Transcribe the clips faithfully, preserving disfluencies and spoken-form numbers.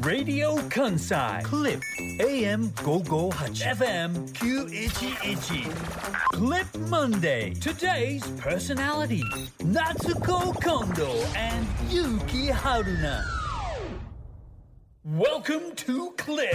Radio Kansai Clip エーエムごひゃくごじゅうはち エフエムきゅうひゃくじゅういち Clip Monday. Today's personality Natsuko Kondo and Yuki Haruna. Welcome to Clip.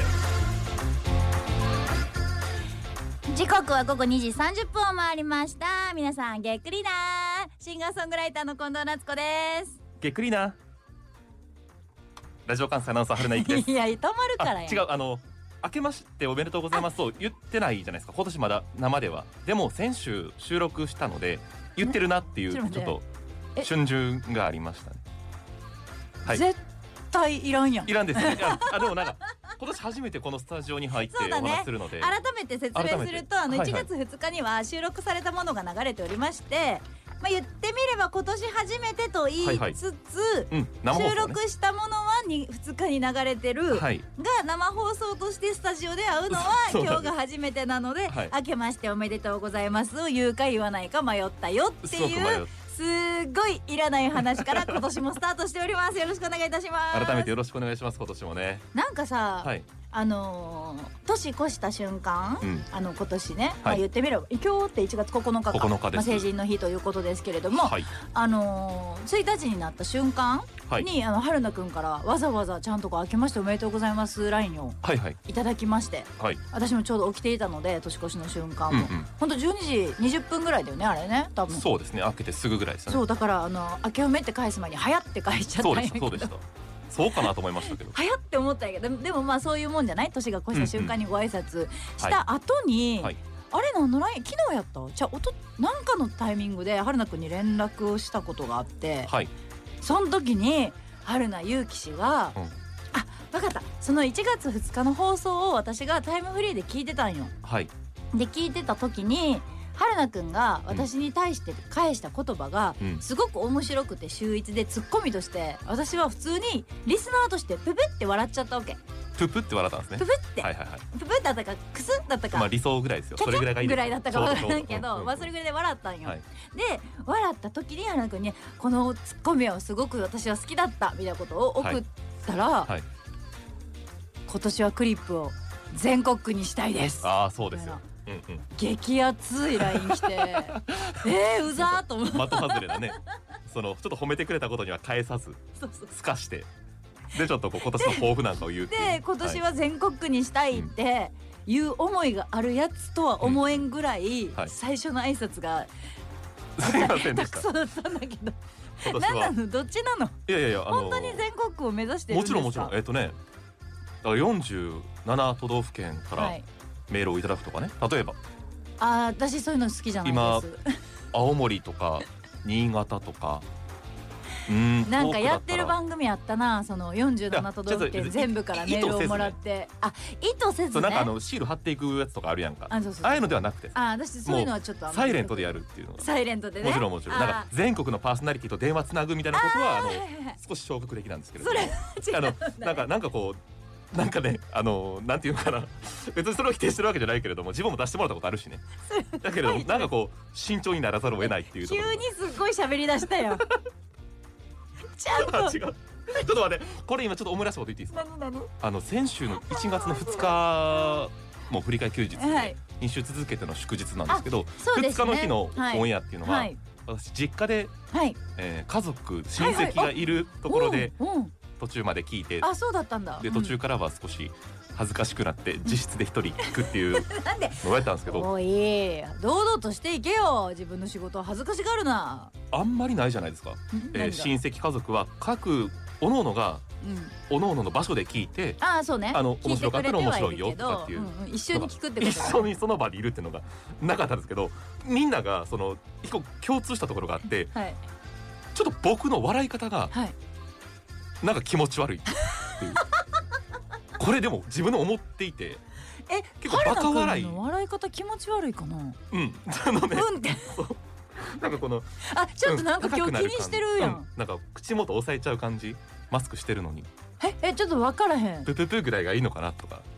時刻は午後にじさんじゅっぷんを回りました。皆さんげっくりな。シンガーソングライターの近藤夏子です。 げっくりな。ラジオ関西アナウンサー春名由紀です。 いや止まるからや。 違う、あの明けましておめでとうございますと言ってないじゃないですか。今年まだ生では。でも先週収録したので言ってるなっていうちょっと春巡がありましたね。 はい。絶対いらんやん。 いらんですね。いやあでもなんか今年初めてこのスタジオに入ってお話しするので、 改めて説明すると、あのいちがつふつかには収録されたものが流れておりまして、まあ、言ってみれば今年初めてと言いつつ、収録したものはふつかに流れてるが生放送としてスタジオで会うのは今日が初めてなので、明けましておめでとうございますを言うか言わないか迷ったよっていうすごいいらない話から今年もスタートしております。よろしくお願いいたします。 改めてよろしくお願いします。今年もね。 なんかさ、はい、あのー、年越した瞬間、うん、あの今年ね、はい、まあ、言ってみれば今日っていちがつここのかか、ここのかです、まあ、成人の日ということですけれども、はい、あのー、ついたちになった瞬間に、はい、あの春菜くんからわざわざちゃんとこう明けましておめでとうございますラインをいただきまして、はいはい、私もちょうど起きていたので年越しの瞬間も、うんうん、ほんとじゅうにじにじゅっぷんぐらいだよねあれね多分。 そうですね、明けてすぐぐらいですね。 そうだからあの明けおめって返す前に早って返しちゃったんやけど。 そうでしたそうでしたそうかなと思いましたけど早って思ったんやけど、でもまあそういうもんじゃない。年が越した瞬間にご挨拶した後に、うんうん、はい、あれ何のライン昨日やったじゃあ音なんかのタイミングで春菜くんに連絡をしたことがあって、はい、その時に春名由紀氏が、うん、あ、分かった、そのいちがつふつかの放送を私がタイムフリーで聞いてたんよ、はい、で聞いてた時に春名くんが私に対して返した言葉がすごく面白くて秀逸で、ツッコミとして私は普通にリスナーとしてププって笑っちゃったわけ。 ププって笑ったんですね。 ププって、はいはいはい、ププだったかクスだったか、 まあ理想ぐらいですよ。それぐらいがいいです。 ぐらいだったか分からんけど、まあそれぐらいで笑ったんよ、はい、で笑った時に春名くんにこのツッコミはすごく私は好きだったみたいなことを送ったら、はいはい、今年はクリップを全国区にしたいです。 ああそうですよ。うんうん、 激アツいライン来てえーうざーと思って的外れだね。そのちょっと褒めてくれたことには返さずすかしてでちょっとこう今年の抱負なんかを言うっていう。 で今年は全国区にしたいっていう思いがあるやつとは思えんぐらい、うんはい、最初の挨拶がすいませんでした。 下手くそだったんだけど何なのどっちなの。 いやいやいや、あのー、 本当に全国区を目指してるんですか。 もちろんもちろんえっとねだからよんじゅうなな都道府県から、はい、メールをいただくとかね。例えばあ、私そういうの好きじゃないです。 今青森とか新潟とかうーんなんかやってる番組あったな。そのよんじゅうなな都道府県全部からメールをもらって、ね、あ意図せずね。 そうなんかあのシール貼っていくやつとかあるやんか。あ、そうそうそう、ああいうのではなくて、 あ私そういうのはちょっとサイレントでやるっていうのがサイレントでね。 もちろんもちろんなんか全国のパーソナリティと電話つなぐみたいなことはあの少し消極的なんですけれども、それあのなんかなんかこうなんかね、あのー、なんていうのかな別にそれを否定してるわけじゃないけれども自分も出してもらったことあるしね。だけれどもなんかこう慎重にならざるを得ないっていうところ。 急にすっごい喋り出したよちゃんと違うちょっと待って、これ今ちょっと思い出したこと言っていいですか。何何あの先週のいちがつのふつかも振り替え休日で、はい、に週続けての祝日なんですけど、ね、ふつかの日のオンエアっていうのは、はい、私実家で、はいえー、家族親戚がいるところで、はいはい、途中まで聞いて、 あ、そうだったんだ。 で途中からは少し恥ずかしくなって自室で一人聞くっていうのをやったんですけど、 おい堂々としていけよ。自分の仕事は恥ずかしがるな。 あんまりないじゃないですか、えー、親戚家族は各おのおのが、うん、おのおのの場所で聞いて、 あ、そうね、 あの面白かったら面白いよとかっていう、 うんうん、一緒に聞くってこと一緒にその場にいるっていうのがなかったんですけど、みんながその一個共通したところがあって、はい、ちょっと僕の笑い方が、はい、なんか気持ち悪いっていうこれでも自分の思っていて、 え、結構バカ笑いの笑い方気持ち悪いかな。 うんあのね、 うんってなんかこのあ、ちょっとなんか今日気にしてるやん、うん、 なんか口元押さえちゃう感じ、マスクしてるのに。 ええちょっと分からへん。 プププぐらいがいいのかなとか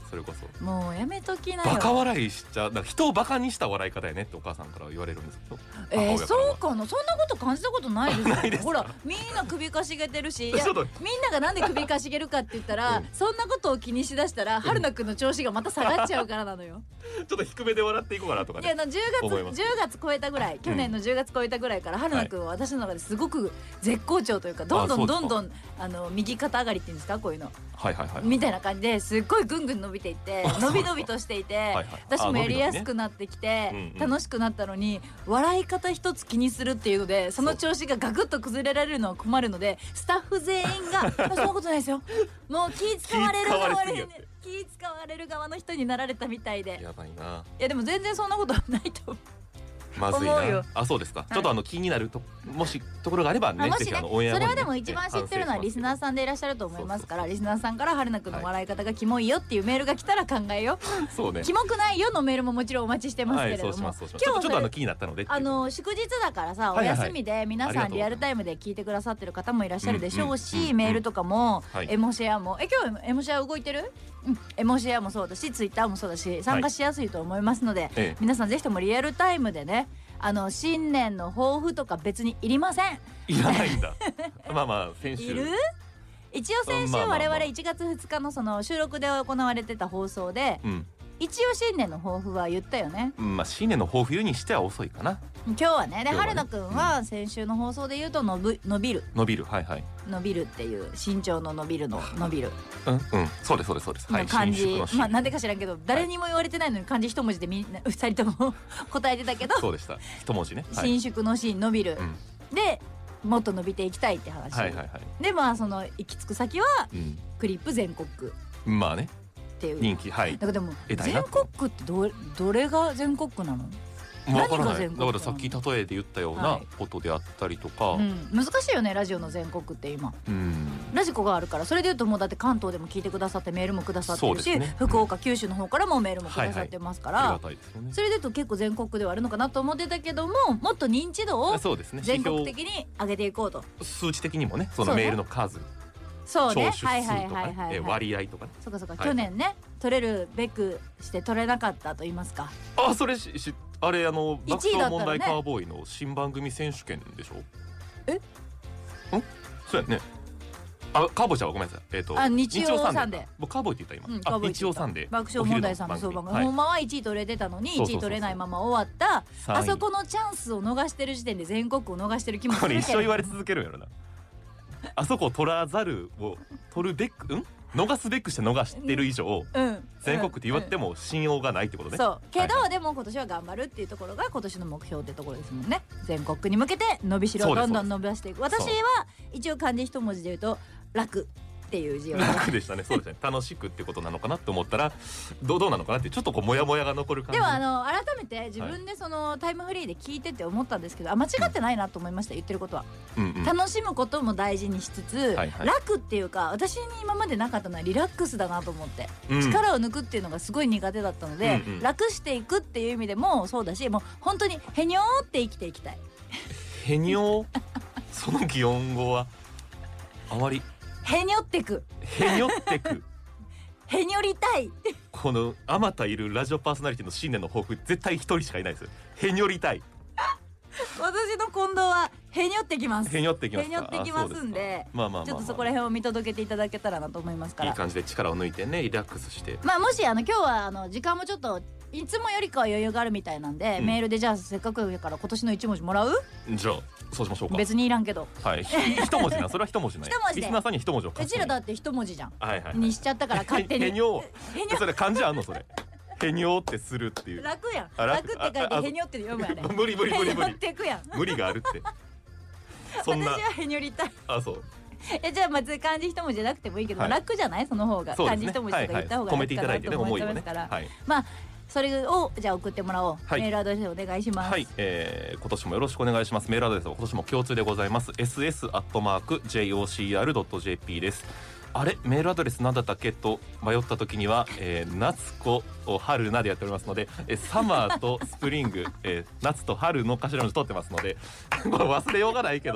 それこそもうやめときなよ。 バカ笑いしちゃう、なんか人をバカにした笑い方やねってお母さんから言われるんですけど、 えー、そうかな、そんなこと感じたことないですよないですか。 ほらみんな首かしげてるし、いやちょっとみんながなんで首かしげるかって言ったら、 うんそんなことを気にしだしたら春菜くんの調子がまた下がっちゃうからなのよ。 ちょっと低めで笑っていこうかなとかね。 いやなじゅうがつ思いますじゅうがつ超えたぐらい、去年のじゅうがつ超えたぐらいから春菜くんは私の中ですごく絶好調というか、どんどんどんどんあの右肩上がりっていうんですか、こういうのはいはいはいみたいな感じですっごいぐんぐん伸びていって伸び伸びとしていて、 はいはい、 私もやりやすくなってきて、 うんうん、 楽しくなったのに笑い方一つ気にするっていうので、その調子がガクッと崩れられるのは困るので、スタッフ全員がそんなことないですよ、もう気使われる側で気使われる側の人になられたみたいで、 やばいな。 いやでも全然そんなことはないと思う。 まずい思うよな。あ、そうですか、 はい、 ちょっとあの気になるともしところがあればね、 もしね、 ぜひあのオンエア後にね、 それはでも一番知ってるのはリスナーさんでいらっしゃると思いますから、リスナーさんから春菜くんの笑い方がキモいよっていうメールが来たら考えよう。 そうね、 キモくないよのメールももちろんお待ちしてますけれども、 はい、そうしますそうします。今日ちょっとあの気になったので、 あの祝日だからさ、お休みで皆さんリアルタイムで聞いてくださってる方もいらっしゃるでしょうし、メールとかもエモシェアも、え今日エモシェア動いてる？うん、エモシェアもそうだし、ツイッターもそうだし、参加しやすいと思いますので、はい、皆さんぜひともリアルタイムでね、あの新年の抱負とか別にいりません。 いらないんだ。まあまあ先週いる？一応先週我々いちがつふつかのその収録で行われてた放送で、うん、一応新年の抱負は言ったよね。 まあ新年の抱負言うにしては遅いかな。 今日はね、で春菜くんは先週の放送で言うと伸び伸びる伸びる、はいはい、 伸びるっていう身長の伸びるの伸びる、 うんうん、そうですそうですそうです、 はい、漢字、まあなんでか知らんけど誰にも言われてないのに漢字一文字でみんなふたりとも答えてたけど、 そうでした、一文字ね、はい、 伸縮の伸伸びる、 うん、 でもっと伸びていきたいって話、 はいはいはい、 でまあその行き着く先は、うん、クリップ全国区、 まあねっていう人気、はい、 だからでも全国区ってどどれが全国区なの？ 分からない。だからさっき例えで言ったようなことであったりとか、 はい、うん、難しいよねラジオの全国って今、 うん、 ラジコがあるから、それで言うともうだって関東でも聞いてくださってメールもくださってるし、ね、福岡、うん、九州の方からもメールもくださってますから、はいはい、ね、それで言うと結構全国区ではあるのかなと思ってたけども、もっと認知度を全国的に上げていこうと、 数値的にもね、そのメールの数、 そうね、 聴取数とかね、割合とかね、 そうかそうか、 はい、 去年ね取れるべくして取れなかったと言いますか。 あ、それししあれあの爆笑問題カーボーイの新番組選手権でしょ。え？ん？そうやね。あ、カーボーイちゃんはごめんなさい。えっとあ、日曜サンデー。 僕カーボーイって言った今。 うん、 あ、日曜サンデー。 爆笑問題さんのそう番組。ほんまはいちい取れてたのにいちい取れないまま終わった。あそこのチャンスを逃してる時点で全国を逃してる気もするけど。 これ一生言われ続けるんやろな。あそこを取らざるを取るべく、ん？逃すべくして逃してる以上、うん、全国って言われても信用がないってことね。 そうけど、 はい、 でも今年は頑張るっていうところが今年の目標ってところですもんね。全国に向けて伸びしろをどんどん伸ばしていく。私は一応漢字一文字で言うと楽っていう字を、ね、 楽でしたね。そうですね。楽しくってことなのかなと思ったらどうどうなのかなってちょっとこうモヤモヤが残る感じ。 でもあの改めて自分でそのタイムフリーで聞いてて思ったんですけど、あ、間違ってないなと思いました、言ってることは、うんうん、楽しむことも大事にしつつ、はいはい、楽っていうか私に今までなかったのはリラックスだなと思って、うん、力を抜くっていうのがすごい苦手だったので、うんうん、楽していくっていう意味でもそうだし、もう本当にへにょーって生きていきたい。 へにょーその擬音語はあまりへにょってくへにょってくへにょりたいこのあまたいるラジオパーソナリティの新年の抱負絶対一人しかいないですよ。へにょりたい私の近藤はへにょってきます。 へにょってきますへにょってきますんで、 まあまあまあまあ、 ちょっとそこら辺を見届けていただけたらなと思いますから、 いい感じで力を抜いてね、リラックスして、 まあもしあの今日はあの時間もちょっといつもよりかは余裕があるみたいなんで、うん、メールでじゃあせっかくやから今年の一文字もらう？ じゃあそうしましょうか。 別にいらんけど、 はい、一文字な、それは一文字ない。 一文字でリスナーさんに一文字を書く。 うちらだって一文字じゃん、 はいはいはい、 にしちゃったから勝手にへにょそれ漢字あんのそれへにょってするっていう。 楽やん。楽って書いてへにょって読むやね。 無理無理無理無理。 ってくやん。 無理があるって。そんな。 私はへにょりたい。 あ、そう。 え、じゃあまず漢字一文字じゃなくてもいいけど、楽じゃないその方が。漢字一文字とか言った方が込めていただいてね、思いをね。 まあそれをじゃあ送ってもらおう。メールアドレスお願いします。 はい、えー、今年もよろしくお願いします。メールアドレスは今年も共通でございます。エスエス アットマーク ジェイオーシーアール ドット ジェーピー です。あれメールアドレスなんだったっけと迷った時には、えー、夏子を春菜でやっておりますので、えー、サマーとスプリング、えー、夏と春の頭文字取ってますのでこれ忘れようがないけど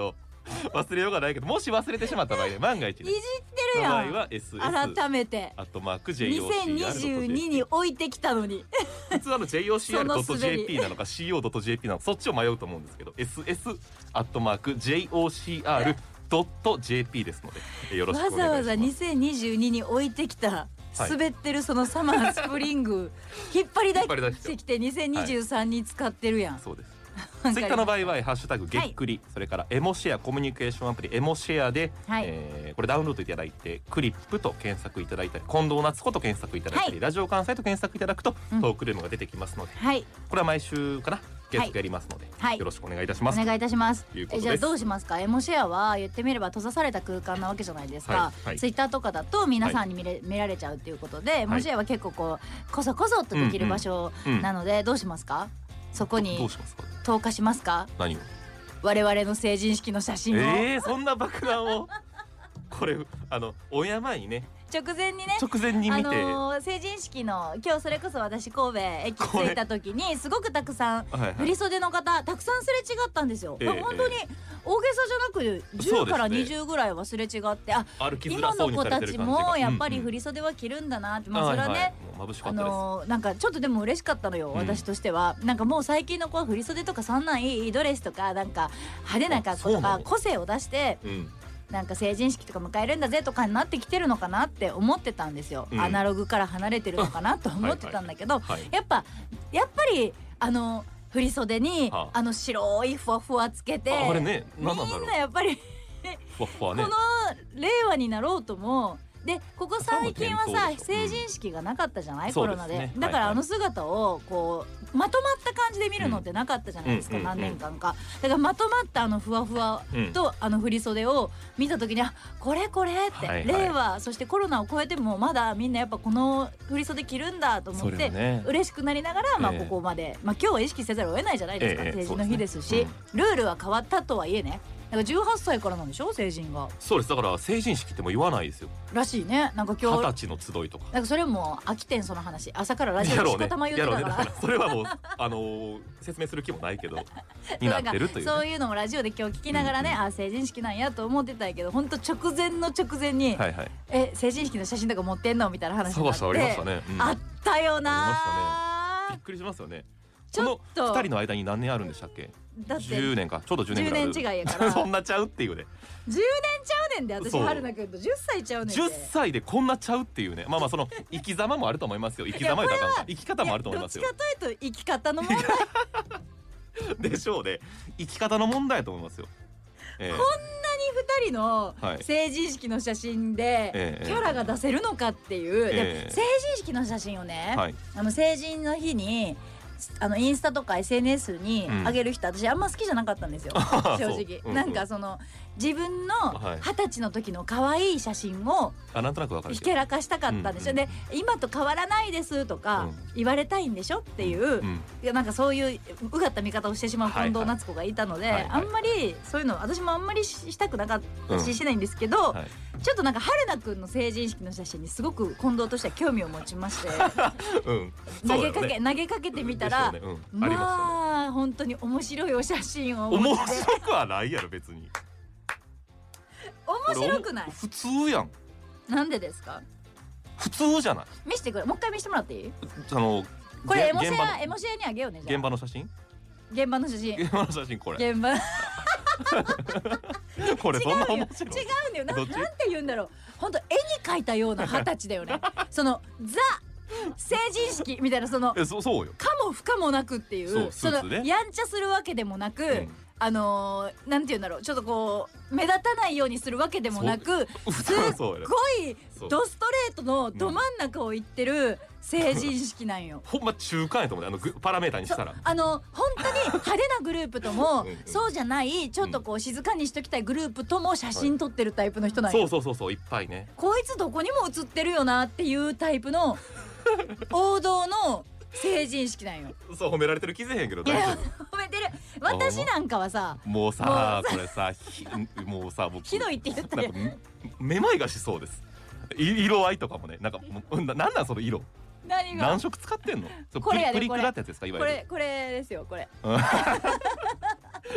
忘れようがないけど、もし忘れてしまった場合で万が一いじってるやん。 の場合は エスエス改めてアットマーク ジェイオーシーアールドットジェーピーにせんにじゅうにに置いてきたのに普通あの ジェイオーシーアールドットジェーピー なのか シーオードットジェーピー なのかそっちを迷うと思うんですけど エスエス アットマーク ジェイオーシーアールドットジェーピー ですのでよろしくお願いします。 わざわざにせんにじゅうにに置いてきた滑ってるそのサマースプリング引っ張り出してきてにせんにじゅうさんに使ってるやん、 はい、そうです。ツイッターの場合はハッシュタグげっくり、はい、それからエモシェアコミュニケーションアプリエモシェアで、はい、えー、これダウンロードいただいてクリップと検索いただいたり近藤夏子と検索いただいたり、はい、ラジオ関西と検索いただくと、うん、トークルームが出てきますので、はい、これは毎週かな月曜やりますので、はい、よろしくお願いいたします。 お願いいたします。えじゃあどうしますか。エモシェアは言ってみれば閉ざされた空間なわけじゃないですか、はいはい、ツイッターとかだと皆さんに見れ、はい、見られちゃうっていうことで、エモシェアは結構こうこそこそっとできる場所なので、うんうん、どうしますか。そこに投下しますか。 何を。 我々の成人式の写真を。 えー、そんな爆弾をこれあのお山にね直前にね直前に見て、あのー、成人式の今日それこそ私神戸駅着いた時にすごくたくさん振り袖の方たくさんすれ違ったんですよ、えー、本当に大げさじゃなくじゅうからにじゅうぐらいはすれ違って、あ今の子たちもやっぱり振り袖は着るんだなって、まあそれはね、あのー、なんかちょっとでも嬉しかったのよ、うん、私としては。なんかもう最近の子は振り袖とかそんなんいいドレスとかなんか派手な格好とか個性を出して、うん、なんか成人式とか迎えるんだぜとかになってきてるのかなって思ってたんですよ、うん、アナログから離れてるのかなと思ってたんだけど、はいはいはい、やっぱやっぱりあの振り袖に、はあ、あの白いふわふわつけて、 あれね、 みんなやっぱりふわふわね、 この令和になろうともでここ最近はさ成人式がなかったじゃない、うん、コロナ で, で、ね、だからあの姿をこうまとまった感じで見るのってなかったじゃないですか、うん、何年間か。だからまとまったあのふわふわと、うん、あの振り袖を見た時にあこれこれって、はいはい、令和そしてコロナを超えてもまだみんなやっぱこの振り袖着るんだと思って、ね、嬉しくなりながら、まあ、ここまで、えーまあ、今日は意識せざるを得ないじゃないですか、えー、成人の日ですし、うん、ルールは変わったとはいえね。だからじゅうはっさいからなんでしょ成人が。 そうです。だから成人式っても言わないですよらしいね。なんか今日二十歳の集いとかなんかそれも飽きてんその話朝からラジオでしこたま言ってたから、ねね、 それはもうあのー、説明する気もないけどになってるという、ね、 そういうのもラジオで今日聞きながらね、うんうん、あ成人式なんやと思ってたんやけど本当直前の直前に、はいはい、え成人式の写真とか持ってんのみたいな話になってそうそうありましたね、うん、 あったよなありましたね。びっくりしますよね。このふたりの間に何年あるんでしたっけ。だってじゅうねんかちょうどじゅうねんぐらいある。じゅうねん違いやからそんなちゃうっていうね。 じゅうねんちゃうねんで私春菜くんとじゅっさいちゃうねんでじゅっさいでこんなちゃうっていうね。まあまあその生き様もあると思いますよ。生き様やったら生き方もあると思いますよ。 どっちかというと生き方の問題でしょうね。生き方の問題だと思いますよ、 えー、こんなにふたりの成人式の写真でキャラが出せるのかっていう、えー、で成人式の写真をね、はい、あの成人の日にあのインスタとか エスエヌエス に上げる人、うん、私あんま好きじゃなかったんですよ正直、うんうん、なんかその自分の二十歳の時の可愛い写真をひけらかしたかったんですよ、うんうん、で今と変わらないですとか言われたいんでしょっていう、うん、いやなんかそういううがった見方をしてしまう近藤夏子がいたので、はいはい、あんまりそういうの私もあんまりしたくなかったし、うん、しないんですけど、はい、ちょっとなんか春菜くんの成人式の写真にすごく近藤としては興味を持ちまして、うん、投げかけ、ね、投げかけてみたら、ねうん、まあ、まあ本当に面白いお写真を面白くはないやろ別に。 面白くない？ 普通やん。 なんでですか？ 普通じゃない？ 見せてくれ。もう一回見せてもらっていい？ あのこれエモシェアエモシェアにあげようね。じゃあ現場の写真？ 現場の写真。 現場の写真これ。 現場。 これそんな面白い。 違うんだよ。な、なんて言うんだろう。本当絵に描いたような二十歳だよね。そのザ成人式みたいなそのえそそうよ。 かも不可もなくっていう、そのやんちゃするわけでもなく。うん、あのー、なんて言うんだろう、ちょっとこう目立たないようにするわけでもなく、すっごいドストレートのど真ん中を行ってる成人式なんよ。 ほんま中間やと思う。あのパラメーターにしたらあの本当に派手なグループともそうじゃないちょっとこう静かにしときたいグループとも写真撮ってるタイプの人なんよ、 はい、そうそうそうそういっぱいね。 こいつどこにも写ってるよなっていうタイプの王道の成人式なんよ。 そう褒められてる気づへんけど大丈夫。褒めてる。私なんかはさもうさこれさもうさ僕ひどいって言ったよ。 めまいがしそうです。色合いとかもねなんかななんなんその色。何が何色使ってんの？これやでプリクラってやつですかいわゆる。 これこれですよこれ。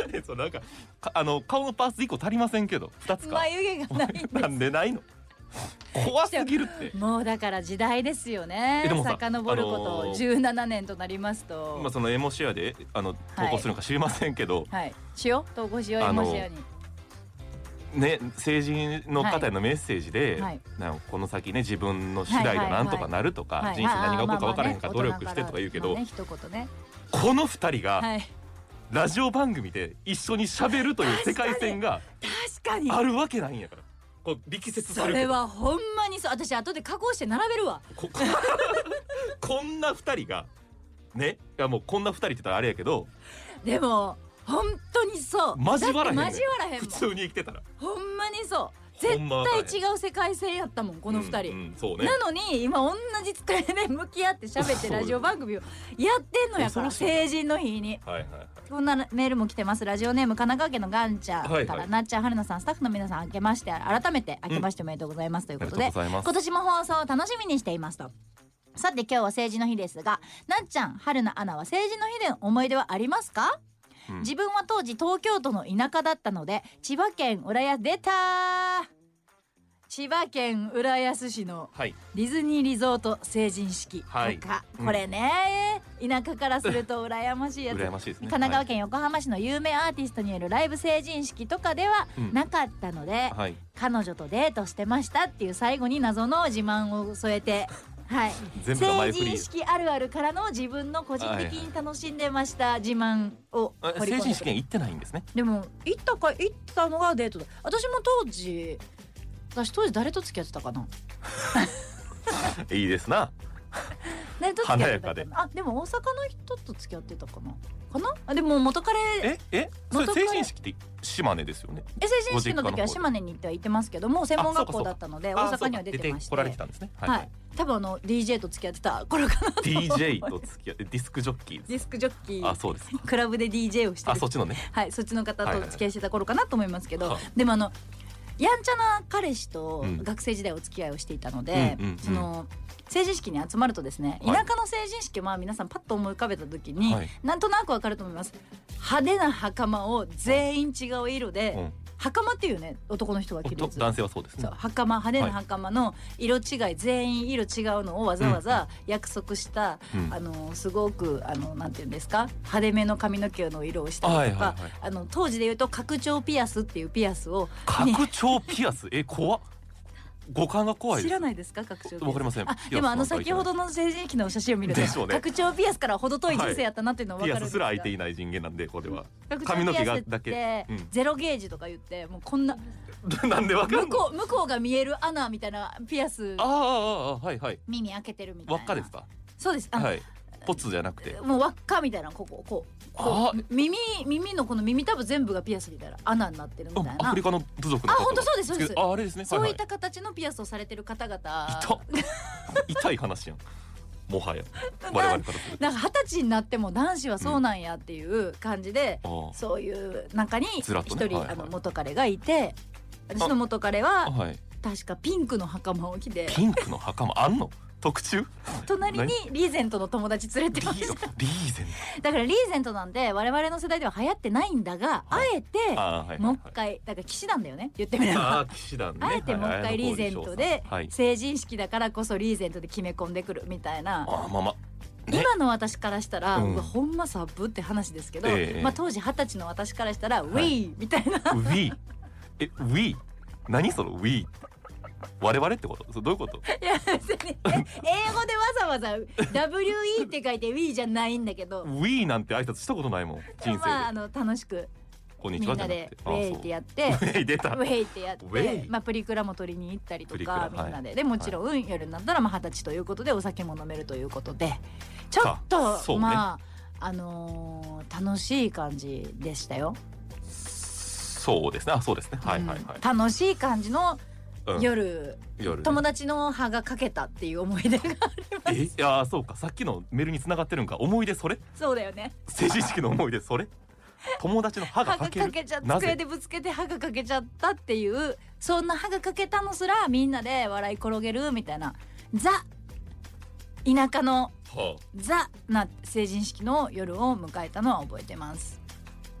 そうなんかあの顔のパーツいっこ足りませんけどふたつか眉毛がないんですなんでないの怖すぎるって。 もうだから時代ですよね。遡ることじゅうななねんとなりますと、 まあそのエモシェアであの投稿するのか知りませんけど、 はい、はい、しよう投稿しようエモシェアにね、成人の方へのメッセージで、はい、なんこの先ね自分の次第でなんとかなるとか、はいはいはい、人生何が起こるか分からへんから努力してとか言うけど、ねね、このふたりが、はい、ラジオ番組で一緒に喋るという世界線があるわけないんやから。こう力説するけどそれはほんまにそう。私後で加工して並べるわ。 こ, こんなふたりがね、いやもうこんなふたりって言ったらあれやけど、 でも本当にそう。 交わらへん、 交わらへんもん。 普通に生きてたらほんまにそう。絶対違う世界線やったもんこのふたり、うんうんそうね、なのに今同じ机で向き合って喋ってラジオ番組をやってんのやから成人の日に、はいはいはい、こんなメールも来てます。ラジオネーム神奈川県のガンちゃんから、はいはい、なっちゃんはるなさんスタッフの皆さん明けまして改めて明けましておめでとうございますということで、うん、今年も放送を楽しみにしていますと。さて今日は成人の日ですが、なっちゃんはるなアナは成人の日で思い出はありますか？うん、自分は当時東京都の田舎だったので千葉県浦安出た千葉県浦安市のディズニーリゾート成人式とか、はい、これね、うん、田舎からすると羨ましいやつ。羨ましいですね。神奈川県横浜市の有名アーティストによるライブ成人式とかではなかったので、うんはい、彼女とデートしてましたっていう最後に謎の自慢を添えてはい、成人式あるあるからの自分の個人的に楽しんでました自慢を掘り込んでくれ。成人式に行ってないんですね。 でも行ったか行ったのがデートだ。私も当時私当時誰と付き合ってたかな。 いいですな。 誰と付き合ってたかな。あでも大阪の人と付き合ってたかなかなあ。でも元彼ええそれ成人式って島根ですよね。 え成人式の時は島根に行っては行ってますけども専門学校だったので大阪には出てまして来られてたんですね。 はい、はい、多分あの ディージェー と付き合ってた頃かなと。 ディージェー と付き合ってディスクジョッキーディスクジョッキーあそうですクラブで ディージェー をしてるあそっちのねはいそっちの方と付き合いしてた頃かなと思いますけど、はいはい、でもあのやんちゃな彼氏と学生時代お付き合いをしていたので、うん、その成人式に集まるとですね、田舎の成人式は皆さんパッと思い浮かべた時に、はい、なんとなくわかると思います。派手な袴を全員違う色で、うん袴っていうね男の人が着るやつ。 男性はそうですね。 そう袴派手な袴の色違い、はい、全員色違うのをわざわざ約束した、うん、あのすごくあのなんていうんですか派手めの髪の毛の色をしたりとか、はいはいはい、あの当時で言うと拡張ピアスっていうピアスを拡張ピアスえ怖っ五感が怖いです。 知らないですか拡張ピアス。 わかりません。 あでもあの先ほどの成人式の写真を見ると、ね、拡張ピアスから程遠い人生やったなっていうのは分かるんですが、はい、ピアスすら開いていない人間なんでこれは髪の毛がだけ、うん、ゼロゲージとか言ってもうこんななんでわかるの。 向こう向こうが見える穴みたいなピアス。 ああああはいはい。 耳開けてるみたいな。 輪っかですか。 そうです。 はい。ポツじゃなくてもう輪っかみたいなこここうこう耳耳のこの耳たぶ全部がピアスみたいな穴になってるみたいな。 アフリカの部族の方。 あ本当そうですそうです。 ああれですね。 そういった形のピアスをされてる方々。 痛痛い話やん。もはや我々からするとなんか二十歳になっても男子はそうなんやっていう感じで、うん、そういう中に一人、ねはいはい、あの元彼がいて、私の元彼は、はい、確かピンクの袴を着て。 ピンクの袴あんの？特注？ 隣にリーゼントの友達連れてました。 リーゼントだからリーゼントなんで我々の世代では流行ってないんだが、はい、あえてもう一回だから騎士団だよね言ってみれば。 あ騎士団ね。 あえてもう一回リーゼントで成人式だからこそリーゼントで決め込んでくるみたいな。 あまあまあね、今の私からしたら、うん、ほんまサブって話ですけど、えーまあ、当時二十歳の私からしたら、はい、ウィーみたいな。 ウィーえウィー何そのウィー我々ってこと？そどういうこと？ いや別に英語でわざわざ ダブリューイー って書いて We じゃないんだけど We なんて挨拶したことないもん人生で。 まああの楽しくこんにちはみんなでウェイってやってウェイ出たウェイってやってまあプリクラも取りに行ったりとかみんなで、はい、でもちろん、はい、夜になったらまあ二十歳ということでお酒も飲めるということでちょっと、ね、まああのー、楽しい感じでしたよ。 そうですねあそうですね、うん、はいはいはい楽しい感じの夜、うん、夜ね、友達の歯がかけたっていう思い出があります。 えいやそうかさっきのメールに繋がってるんか思い出それそうだよね成人式の思い出それ友達の歯がかける歯がかけちゃ机でぶつけて歯がかけちゃったっていうそんな歯がかけたのすらみんなで笑い転げるみたいなザ田舎の、はあ、ザな成人式の夜を迎えたのは覚えてます。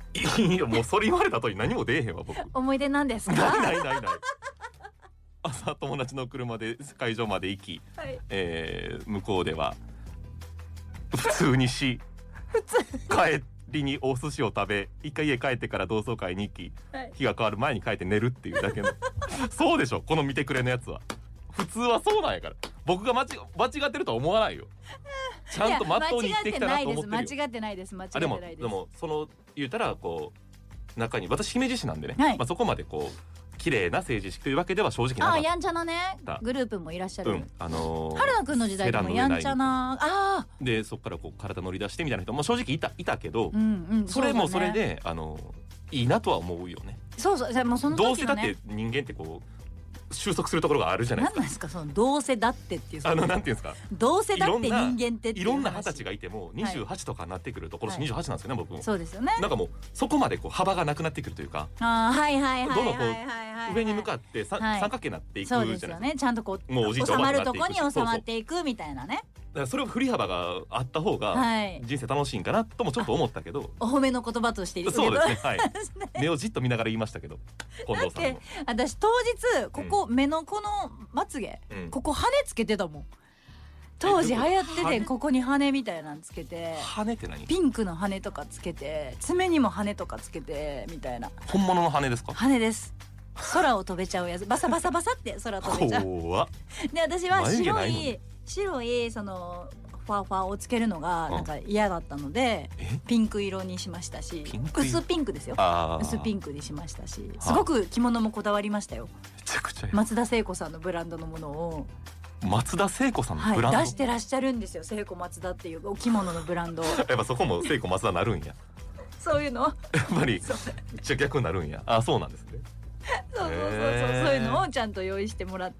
いやもうそれ言われたとに何も出えへんわ僕。 思い出なんですか？ ないないないない。朝友達の車で会場まで行き、はい、えー、向こうでは普通にし普通帰りにお寿司を食べ、一回家帰ってから同窓会に行き、はい、日が変わる前に帰って寝るっていうだけのそうでしょこの見てくれのやつは。普通はそうなんやから、僕が間違、間違ってるとは思わないよ。ちゃんとまっとうに生きてきたなと思ってるよ。 間違ってないです間違ってないです。 あでもでもその言うたらこう中に私姫路市なんでね、はい、まあそこまでこう綺麗な成人式というわけでは正直なかった。 あやんちゃなねグループもいらっしゃる、 うんあのー、 春菜くんの時代でもやんちゃなあでそこからこう体乗り出してみたいな人も正直いたいたけど、 うんうん、 それもそれで、ね、あのー、いいなとは思うよね。 そうそうもうその時の、ね、 どうせだって人間ってこう収束するところがあるじゃないですか。 何なんですかそのどうせだってっていうあのなんていうんですかどうせだって人間ってっていういろんな二十歳がいてもにじゅうはちとかなってくると、はい、今年にじゅうはちなんですよね、僕も。 そうですよね。 なんかもうそこまでこう幅がなくなってくるというか、 あはいはいはいはいはいどのこう上に向かってさ、はい、三角形になっていくじゃないですか。 そうですよね。ちゃんとこうもうおじいちゃん収まるとこに収まっていくみたいなね。 だからそれを振り幅があった方が人生楽しいんかなともちょっと思ったけど、 お褒めの言葉としてそうですね、はい、目をじっと見ながら言いましたけど近藤さんも。 私当日ここ、うん、目のこのまつげ、うん、ここ羽つけてたもん。当時流行っててここに羽みたいなのつけて、 羽って何？ ピンクの羽とかつけて爪にも羽とかつけてみたいな。 本物の羽ですか？ 羽です。空を飛べちゃうやつ、バサバサバサって空飛べちゃう。 怖っ。 で私は白い白いそのファーファーをつけるのがなんか嫌だったので、うん、ピンク色にしましたし、薄ピンクですよ。薄ピンクにしましたし、すごく着物もこだわりましたよ。 めちゃくちゃ松田聖子さんのブランドのものを。 松田聖子さんのブランド、 はい、出してらっしゃるんですよ。聖子松田っていうお着物のブランドやっぱそこも聖子松田なるんやそういうのやっぱりめっちゃ逆になるんや。あそうなんですね。 そうそうそうそう、そういうのをちゃんと用意してもらって、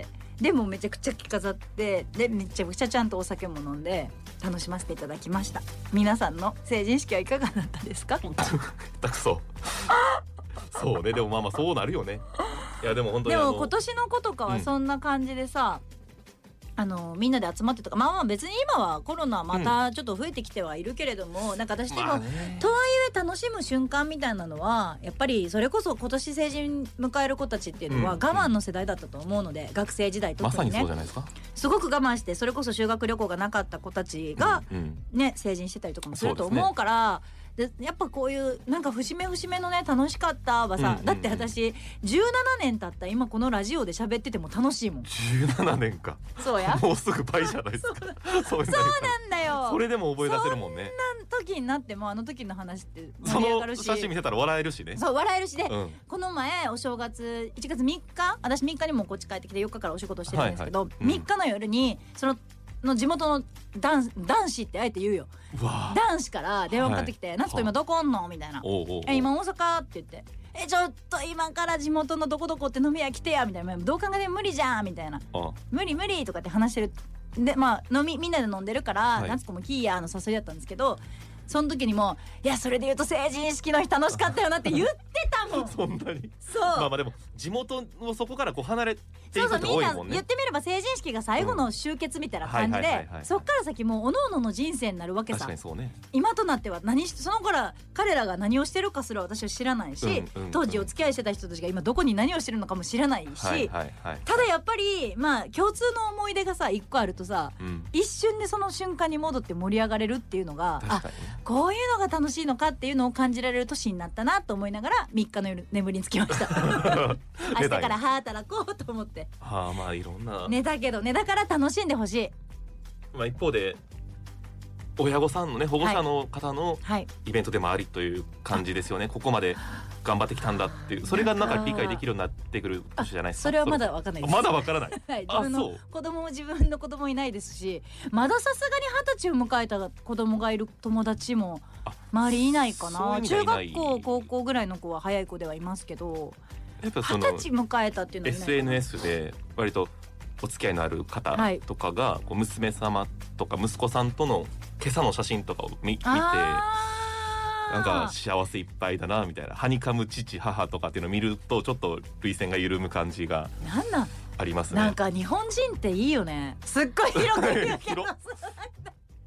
でもめちゃくちゃ着飾ってでめちゃくちゃちゃんとお酒も飲んで楽しませていただきました。皆さんの成人式はいかがだったですか？ たくそそうね。でもまあまあそうなるよね。いやでも本当にでも今年の子とかはそんな感じでさ、うん、あのみんなで集まってとか、まあまあ別に今はコロナまたちょっと増えてきてはいるけれども、うん、なんか私でも、まあね、とはいえ楽しむ瞬間みたいなのはやっぱりそれこそ今年成人迎える子たちっていうのは我慢の世代だったと思うので、うん、学生時代特にね、まさにそうじゃないですか。すごく我慢してそれこそ修学旅行がなかった子たちが、うんうん、ね成人してたりとかもすると思うから。でやっぱこういうなんか節目節目のね楽しかったはさ、うんうんうん、だって私じゅうななねん経った今このラジオで喋ってても楽しいもん。 じゅうななねんか。 そうやもうすぐ倍じゃないですか。 そうそうなんだよ。 それでも覚え出せるもんね。 そんな時になってもあの時の話って盛り上がるし、 その写真見せたら笑えるしね。 そう笑えるしで、うん、この前お正月いちがつみっか、私みっかにもこっち帰ってきてよっかからお仕事してるんですけど、はいはいうん、みっかの夜にそのの地元の男男子ってあえて言うよ。男子から電話かかってきて、はい、夏子今どこおんのみたいな。おうおうおうえ今大阪って言って、えちょっと今から地元のどこどこって飲み屋来てやみたいな、どう考えても無理じゃんみたいな、無理無理とかって話してる。でまあ飲みみんなで飲んでるから、はい、夏子もキーヤの誘いだったんですけど、その時にもいやそれで言うと成人式の日楽しかったよなって言ってたもん。 そんなに。 そうまあまあでも地元をそこからこう離れていく人多いもんね。そうそうみんな言ってみれば成人式が最後の集結みたいな感じで、そっから先もう各々の人生になるわけさ。 確かにそうね。 今となっては何しその頃彼らが何をしてるかすら私は知らないし、うんうんうん、当時お付き合いしてた人たちが今どこに何をしてるのかも知らないし、はいはいはい、ただやっぱりまあ共通の思い出がさ一個あるとさ、うん、一瞬でその瞬間に戻って盛り上がれるっていうのが、あこういうのが楽しいのかっていうのを感じられる年になったなと思いながらみっかの夜眠りにつきました明日から働こうと思ってはあまあいろんな寝たけどね、だから楽しんでほしい。 まあ一方で親御さんのね保護者の方のイベントでもありという感じですよね、はい、ここまで頑張ってきたんだっていう、それがなんか理解できるようになってくる年じゃないですか。 それはまだわかんないです。 まだわからない、 はい、自分の子供も自分の子供いないですし、まださすがに二十歳を迎えた子供がいる友達も周りいないかな。中学校高校ぐらいの子は早い子ではいますけど、やっぱその二十歳迎えたっていうのはエスエヌエス で割とお付き合いのある方とかが、はい、こう娘様とか息子さんとの今朝の写真とかを 見, 見てなんか幸せいっぱいだなみたいな、はにかむ父母とかっていうのを見るとちょっと涙腺が緩む感じがありますね。 なんか日本人っていいよね。すっごい広く言うけどい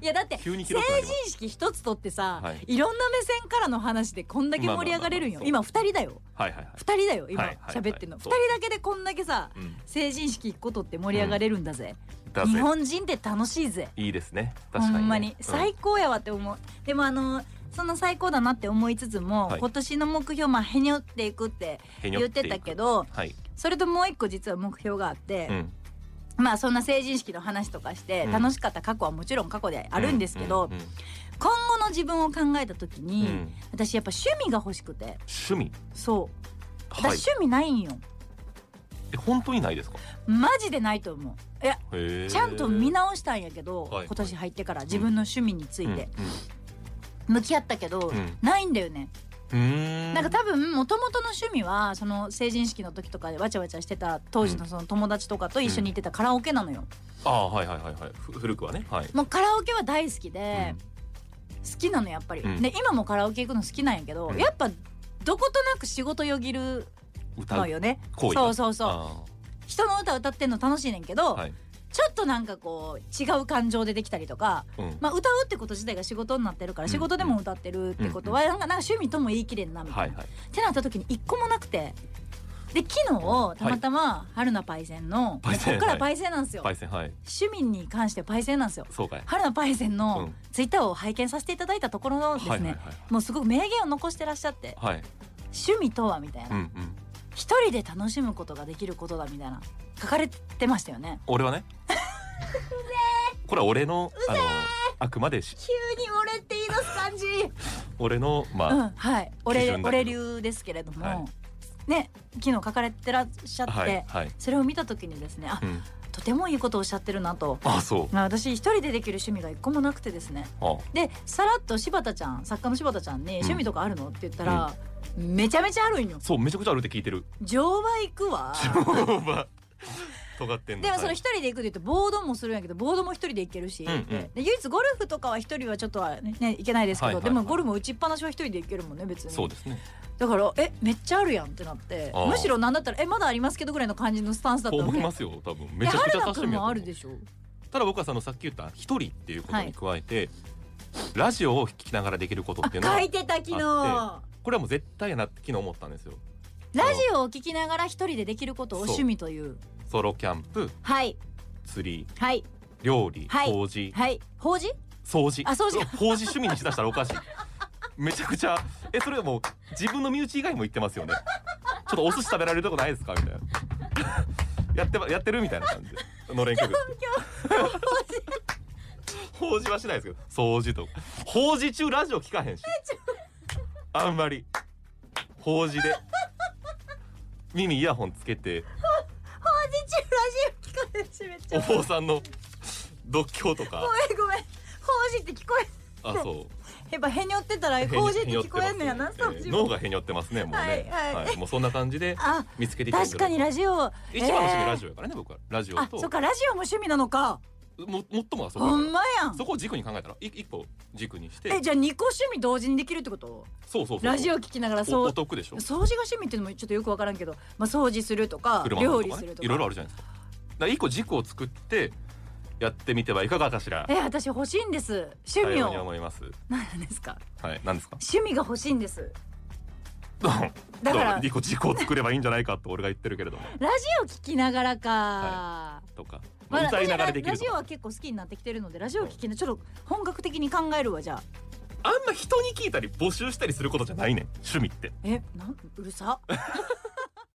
いやだって成人式一つとってさ、はい、いろんな目線からの話でこんだけ盛り上がれるんよ。今ふたりだよ、はいはいはい、ふたりだよ今喋ってんの、ふたりだけでこんだけさ、うん、成人式一個とって盛り上がれるんだぜ、うん、日本人って楽しいぜ。 いいですね、確かにね、 ほんまに最高やわって思う、うん、でもあのその最高だなって思いつつも、はい、今年の目標まあへにょっていくって言ってたけど、はい、それともう一個実は目標があって、うん、まあそんな成人式の話とかして楽しかった過去はもちろん過去であるんですけど、うんうんうん、今後の自分を考えた時に、うん、私やっぱ趣味が欲しくて。 趣味？ そう、私、はい、趣味ないんよ。 え、本当にないですか？ マジでないと思う。いやちゃんと見直したんやけど、はい、今年入ってから自分の趣味について、うんうんうん向き合ったけど、うん、ないんだよね。うーんなんか多分もともとの趣味はその成人式の時とかでわちゃわちゃしてた当時のその友達とかと一緒に行ってたカラオケなのよ、 うん、ああはいはいはいはい古くはね、はい、 もうカラオケは大好きで、うん、好きなのやっぱり、うん、で今もカラオケ行くの好きなんやけど、うん、やっぱどことなく仕事よぎるのよね。そうそうそう人の歌歌ってんの楽しいねんけど、はいちょっとなんかこう違う感情でできたりとか、うん、まあ歌うってこと自体が仕事になってるから、うん、仕事でも歌ってるってことはなんかなんか趣味とも言い切れんなみたいな、はいはい、ってなった時に一個もなくて、で昨日たまたま春菜パイセンの、はい、こっからパイセンなんですよ、 パイセン、はい、 趣味に関してパイセンなんですよ。 そうかい。 春菜パイセンのツイッターを拝見させていただいたところのですね、はいはいはい、もうすごく名言を残してらっしゃって、はい、趣味とはみたいな、うんうん、一人で楽しむことができることだみたいな書かれてましたよね。 俺はねこれは俺のあのあくまでし急に俺って言い出す感じ俺のまあ、 うん、はい俺俺流ですけれども、はい、ね昨日書かれてらっしゃって、はいはい、それを見た時にですねあ、うん、とてもいいことをおっしゃってるなと。 あそう私一人でできる趣味が一個もなくてですね、あでさらっと柴田ちゃん作家の柴田ちゃんに、うん、趣味とかあるのって言ったら、うん、めちゃめちゃあるんよ。 そうめちゃくちゃあるって聞いてる。 乗馬行くわ乗馬尖ってんの。 でもその一人で行くって言うとボードもするんやけどボードも一人で行けるし、うんうん、で唯一ゴルフとかは一人はちょっとは ね, ね行けないですけど、はいはいはい、でもゴルフも打ちっぱなしは一人で行けるもんね別に。 そうですね。 だからえめっちゃあるやんってなって、むしろなんだったらえまだありますけどぐらいの感じのスタンスだったので。 思いますよ多分。めちゃくちゃ多趣味もあるでしょ。 ただ僕はそのさっき言った一人っていうことに加えて、はい、ラジオを聞きながらできることっていうのは書いてた昨日。 これはもう絶対やなって昨日思ったんですよ。 ラジオを聞きながら一人でできることを趣味という。 ソロキャンプ、はい、釣り、はい、料理、はい、掃除、 はい、掃除、 掃除、 あ掃除、 掃除趣味にしだしたらおかしい。めちゃくちゃえそれはもう自分の身内以外も言ってますよね。ちょっとお寿司食べられるとこないですかみたいな。やってやってるみたいな感じでのれんくぐって。掃除はしないですけど掃除と掃除中ラジオ聞かへんし。あんまり掃除で耳イヤホンつけて。お坊さんの読経とか。 ごめんごめん。法事って聞こえ。 あそう。 やっぱへにょってたら法事って聞こえんのやな。 えー、脳がへにょってますねもうね。はいはいはい、もうそんな感じで見つけていただいて。 確かにラジオ。 一番の趣味ラジオやからね僕は。ラジオと。 あそっかラジオも趣味なのか。 も最もはそこ。 ほんまやん。 そこを軸に考えたら一個軸にして。 えじゃあ二個趣味同時にできるってこと？ そうそうそう。 ラジオ聞きながらそう。 お得でしょ。 掃除が趣味っていうのもちょっとよくわからんけど、まあ掃除するとか料理するとかいろいろあるじゃないですか。だ一個軸を作ってやってみてはいかがかしら。 え私欲しいんです趣味を。 に思います。 何ですか。 はい何ですか。 趣味が欲しいんです。 だから一個軸を作ればいいんじゃないかと俺が言ってるけれども。 ラジオ聞きながらか、はい、とか、まあ、歌いながらできるとか。ラジオは結構好きになってきてるのでラジオ聞きなちょっと本格的に考えるわじゃあ。 あんま人に聞いたり募集したりすることじゃないねん趣味って。 えなんうるさ